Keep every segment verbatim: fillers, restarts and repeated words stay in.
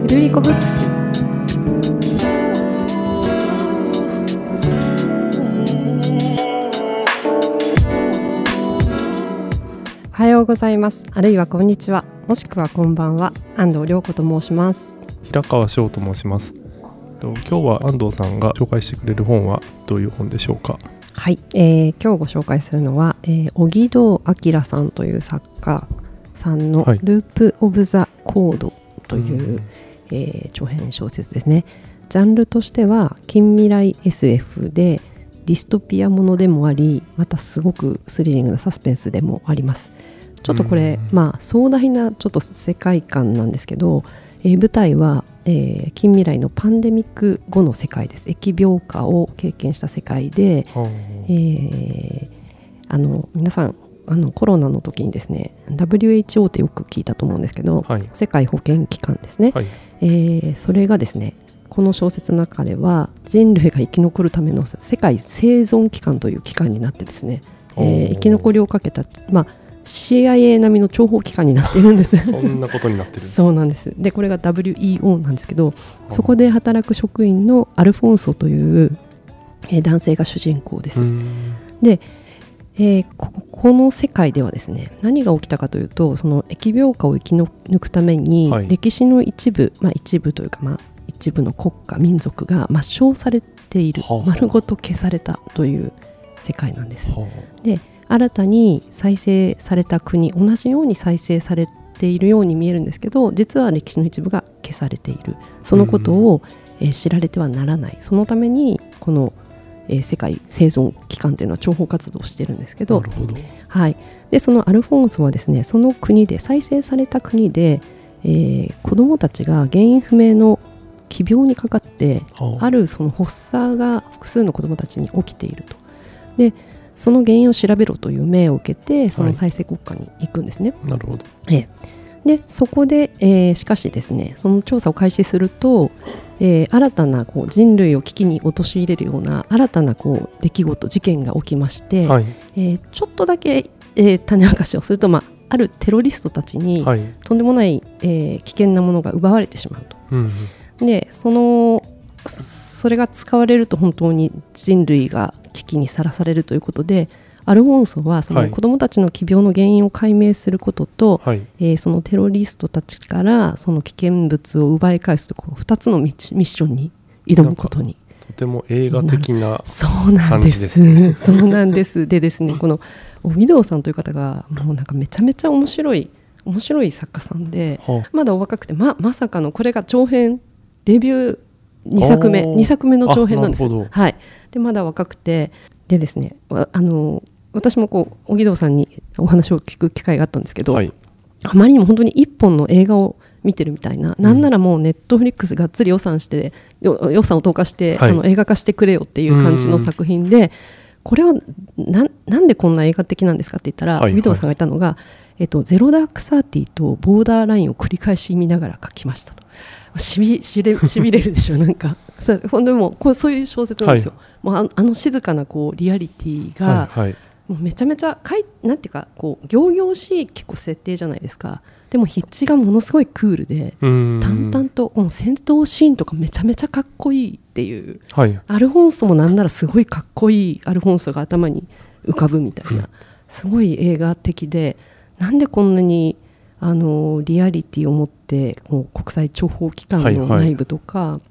ルリコブックス。おはようございます。あるいはこんにちは、もしくはこんばんは。安藤涼子と申します。 平川翔と申します。今日は安藤さんが紹介してくれる本はどういう本でしょうか？ はい、えー、今日ご紹介するのは、えー、荻堂明さんという作家さんの、はい、ループ・オブ・ザ・コードという、えー、長編小説ですね。ジャンルとしては近未来 エスエフ でディストピアものでもあり、またすごくスリリングなサスペンスでもあります。ちょっとこれ、まあ壮大なちょっと世界観なんですけど、えー、舞台は、えー、近未来のパンデミック後の世界です。疫病化を経験した世界で、えー、あの皆さんあのコロナの時にですね ダブリューエイチオー ってよく聞いたと思うんですけど、はい、世界保健機関ですね、はい、えー、それがですねこの小説の中では人類が生き残るための世界生存機関という機関になってですね、えー、生き残りをかけた、まあシーアイエー 並みの諜報機関になっているんですそんなことになってるんですそうなんです。でこれが ダブリューイーオー なんですけど、そこで働く職員のアルフォンソという、えー、男性が主人公です。で、えー、こ, この世界ではですね何が起きたかというと、その疫病化を生き抜くために、はい、歴史の一部、まあ、一部というか、まあ、一部の国家民族が抹消されている、はあ、丸ごと消されたという世界なんです。はあ、で新たに再生された国、同じように再生されているように見えるんですけど、実は歴史の一部が消されている。そのことを、えー、知られてはならない。そのためにこの、えー、世界生存機関というのは諜報活動をしているんですけど、 なるほど、はい、でそのアルフォンソはですね、その国で再生された国で、えー、子どもたちが原因不明の奇病にかかって、はあ、あるその発作が複数の子どもたちに起きていると。でその原因を調べろという命を受けて、その再生国家に行くんですね。 はい、なるほど。 ええ、でそこで、えー、しかしですね、その調査を開始すると、えー、新たなこう人類を危機に陥れるような新たなこう出来事事件が起きまして、はい、えー、ちょっとだけ、えー、種明かしをすると、まあ、あるテロリストたちに、はい、とんでもない、えー、危険なものが奪われてしまうと。うんうん、でそのそれが使われると本当に人類が危機にさらされるということで、アルフォンソはその子どもたちの奇病の原因を解明することと、はい、えー、そのテロリストたちからその危険物を奪い返すというふたつのミッションに挑むことに。 とても映画的な感じですね。 そうなんです。でですね、この荻堂さんという方がもうなんかめちゃめちゃ面白い面白い作家さんで、はあ、まだお若くて ま, まさかのこれが長編デビューにさくめにさくめの長編なんですよ。はい、でまだ若くて、でですね、あの私もこう荻堂さんにお話を聞く機会があったんですけど、はい、あまりにも本当に一本の映画を見てるみたいな、うん、なんならもうネットフリックスがっつり予算して予算を投下して、はい、あの映画化してくれよっていう感じの作品で、これは な, なんでこんな映画的なんですかって言ったら、荻堂さんが言ったのが、えっと、ゼロダークサーティーとボーダーラインを繰り返し見ながら書きましたと。しび、しれ、しびれるでしょなんかそほんでもこうそういう小説なんですよ。はい、もう あ, あの静かなこうリアリティが、はいはい、もうめちゃめちゃかいなんていうかこう仰々しい結構設定じゃないですか。でも筆致がものすごいクールで、淡々とこの戦闘シーンとかめちゃめちゃかっこいいっていう、はい、アルフォンソもなんならすごいかっこいいアルフォンソが頭に浮かぶみたいな、すごい映画的で、なんでこんなにあのリアリティを持ってこう国際諜報機関の内部とか、はいはい、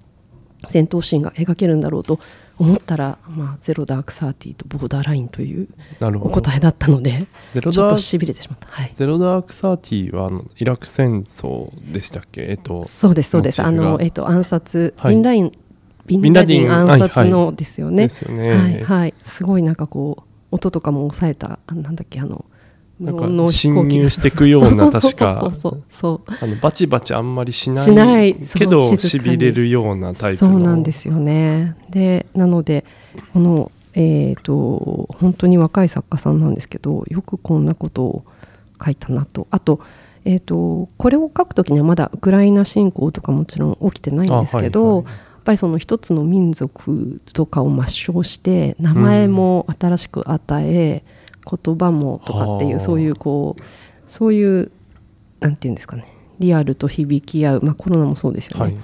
戦闘シーンが描けるんだろうと思ったら、まあ、ゼロダークサーティーとボーダーラインというお答えだったので、ちょっとしびれてしまった。はい、 ゼロダークサーティーはあのイラク戦争でしたっけ？えっと、 そうですそうです。あの、えっと、暗殺、はい、ビンラインビンラディン暗殺のですよね。ですよね。はいはい、すごいなんかこう音とかも抑えた、あなんだっけあのなんか侵入していくような確かバチバチあんまりしない、しないけどしびれるようなタイプの。 そうなんですよね。でなのでこの、えー、と本当に若い作家さんなんですけど、よくこんなことを書いたなと。あと、えー、とこれを書くときにはまだウクライナ侵攻とかもちろん起きてないんですけど、はいはい、やっぱりその一つの民族とかを抹消して名前も新しく与え、うん、言葉もとかっていう、そういうこうそういうなんていうんですかね、 リアルと響き合う、まあ、コロナもそうですよね、はい、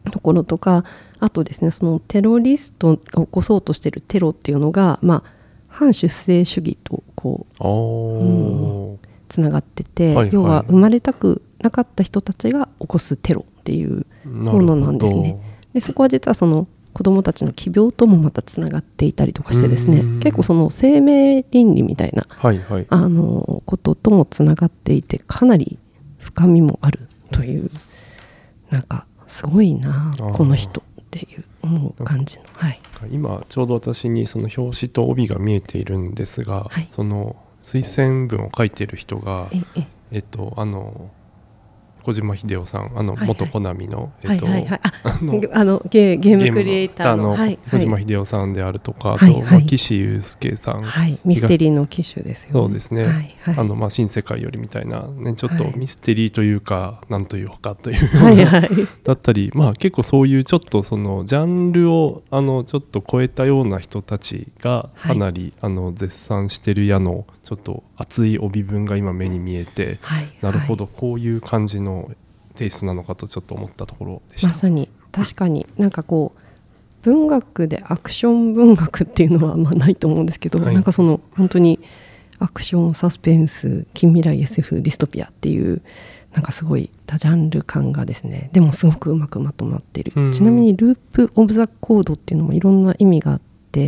ところとか、あとですねそのテロリストが起こそうとしているテロっていうのが、まあ、反出生主義とこう、うん、つながってて、はいはい、要は生まれたくなかった人たちが起こすテロっていうものなんですね。でそこは実はその子どもたちの奇病ともまたつながっていたりとかしてですね、結構その生命倫理みたいな、はいはい、あのことともつながっていて、かなり深みもあるという、なんかすごいなこの人っていう思う感じの、はい、 今ちょうど私にその表紙と帯が見えているんですが、はい、その推薦文を書いている人がえええっとあの小島秀夫さん、あの元コナミのゲームクリエイターの小島秀夫さんであるとか、あとまあ岸優介さん、 はい、ミステリーの騎手ですよね。 そうですね、はいはい、あのまあ新世界よりみたいな、ね、ちょっとミステリーというかなんというかという、はいはい、だったり、まあ、結構そういうちょっとそのジャンルをあのちょっと超えたような人たちがかなり、はい、あの絶賛してる矢のちょっと熱い帯文が今目に見えて、はい、なるほど、はい、こういう感じのテイストなのかとちょっと思ったところでした。 まさに確かになんかこう文学でアクション文学っていうのはまあないと思うんですけど、はい、なんかその本当にアクションサスペンス近未来 エスエフ ディストピアっていうなんかすごい多ジャンル感がですね、でもすごくうまくまとまっている、うん、ちなみにループオブザコードっていうのもいろんな意味があって、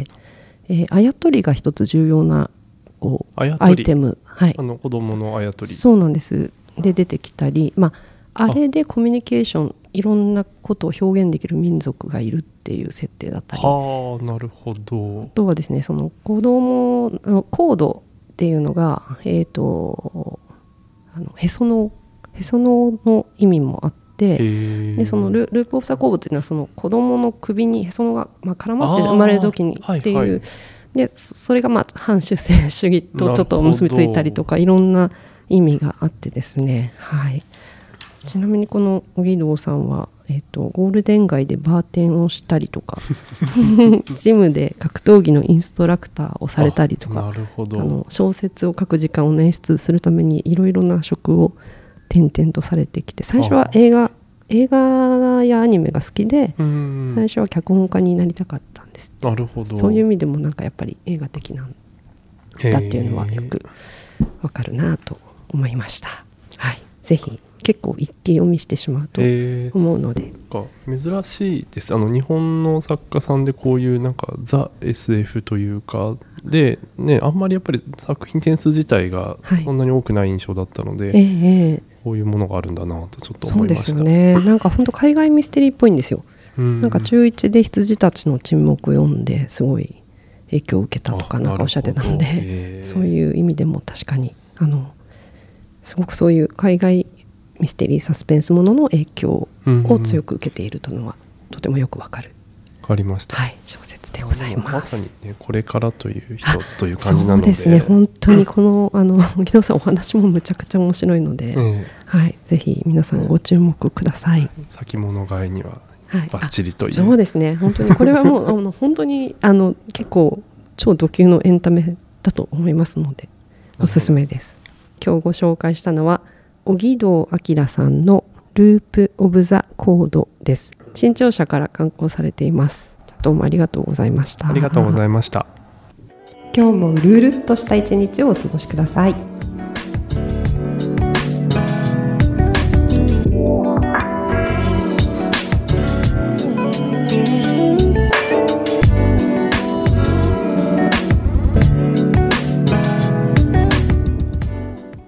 えー、あやとりが一つ重要なこうアイテム、はい、 あの子供のあやとり、 そうなんです。で出てきたり、まあ、あれでコミュニケーションいろんなことを表現できる民族がいるっていう設定だったり、 はあ、なるほど。 あとはですねその子供のコードっていうのが、えー、とあのへそのへそのの意味もあって、でその ル, ループオブザコードっていうのはその子供の首にへそのが、まあ、絡まって生まれる時にっていう、はいはい、でそれがまあ反出生主義とちょっと結びついたりとかいろんな意味があってですね、はい、ちなみにこの荻堂さんは、えー、とゴールデン街でバーテンをしたりとかジムで格闘技のインストラクターをされたりとか、 なるほど、 あの小説を書く時間を捻出するためにいろいろな職を転々とされてきて、最初は映画映画やアニメが好きで最初は脚本家になりたかったんです。 なるほど。 そういう意味でもなんかやっぱり映画的なんだっていうのはよくわかるなと思いました、はい、ぜひ結構一気読みしてしまうと思うので、 なんか珍しいです。あの日本の作家さんでこういうなんかザ エスエフ というかで、ね、あんまりやっぱり作品点数自体がそんなに多くない印象だったので、はい、えー、こういうものがあるんだなとちょっと思いました。 そうですよね。なんか本当海外ミステリーっぽいんですよ。んなんか中いちで羊たちの沈黙を読んですごい影響を受けたとかなんかおっしゃってたので、そういう意味でも確かにあのすごくそういう海外ミステリーサスペンスものの影響を強く受けているというのはとてもよくわかる、 わかりました、 はい、小説でございます。 まさに、ね、これからという人という感じなので、 そうですね、本当にこのあの荻野さんお話もむちゃくちゃ面白いので、えーはい、ぜひ皆さんご注目ください。 先物買いにはバッチリという、 はい、そうですね、本当にこれはもうあの本当にあの結構超ド級のエンタメだと思いますのでおすすめです。今日ご紹介したのは荻堂明さんのループオブザコードです。新潮社から刊行されています。どうもありがとうございました。 ありがとうございました。 今日もルールっとした一日をお過ごしください。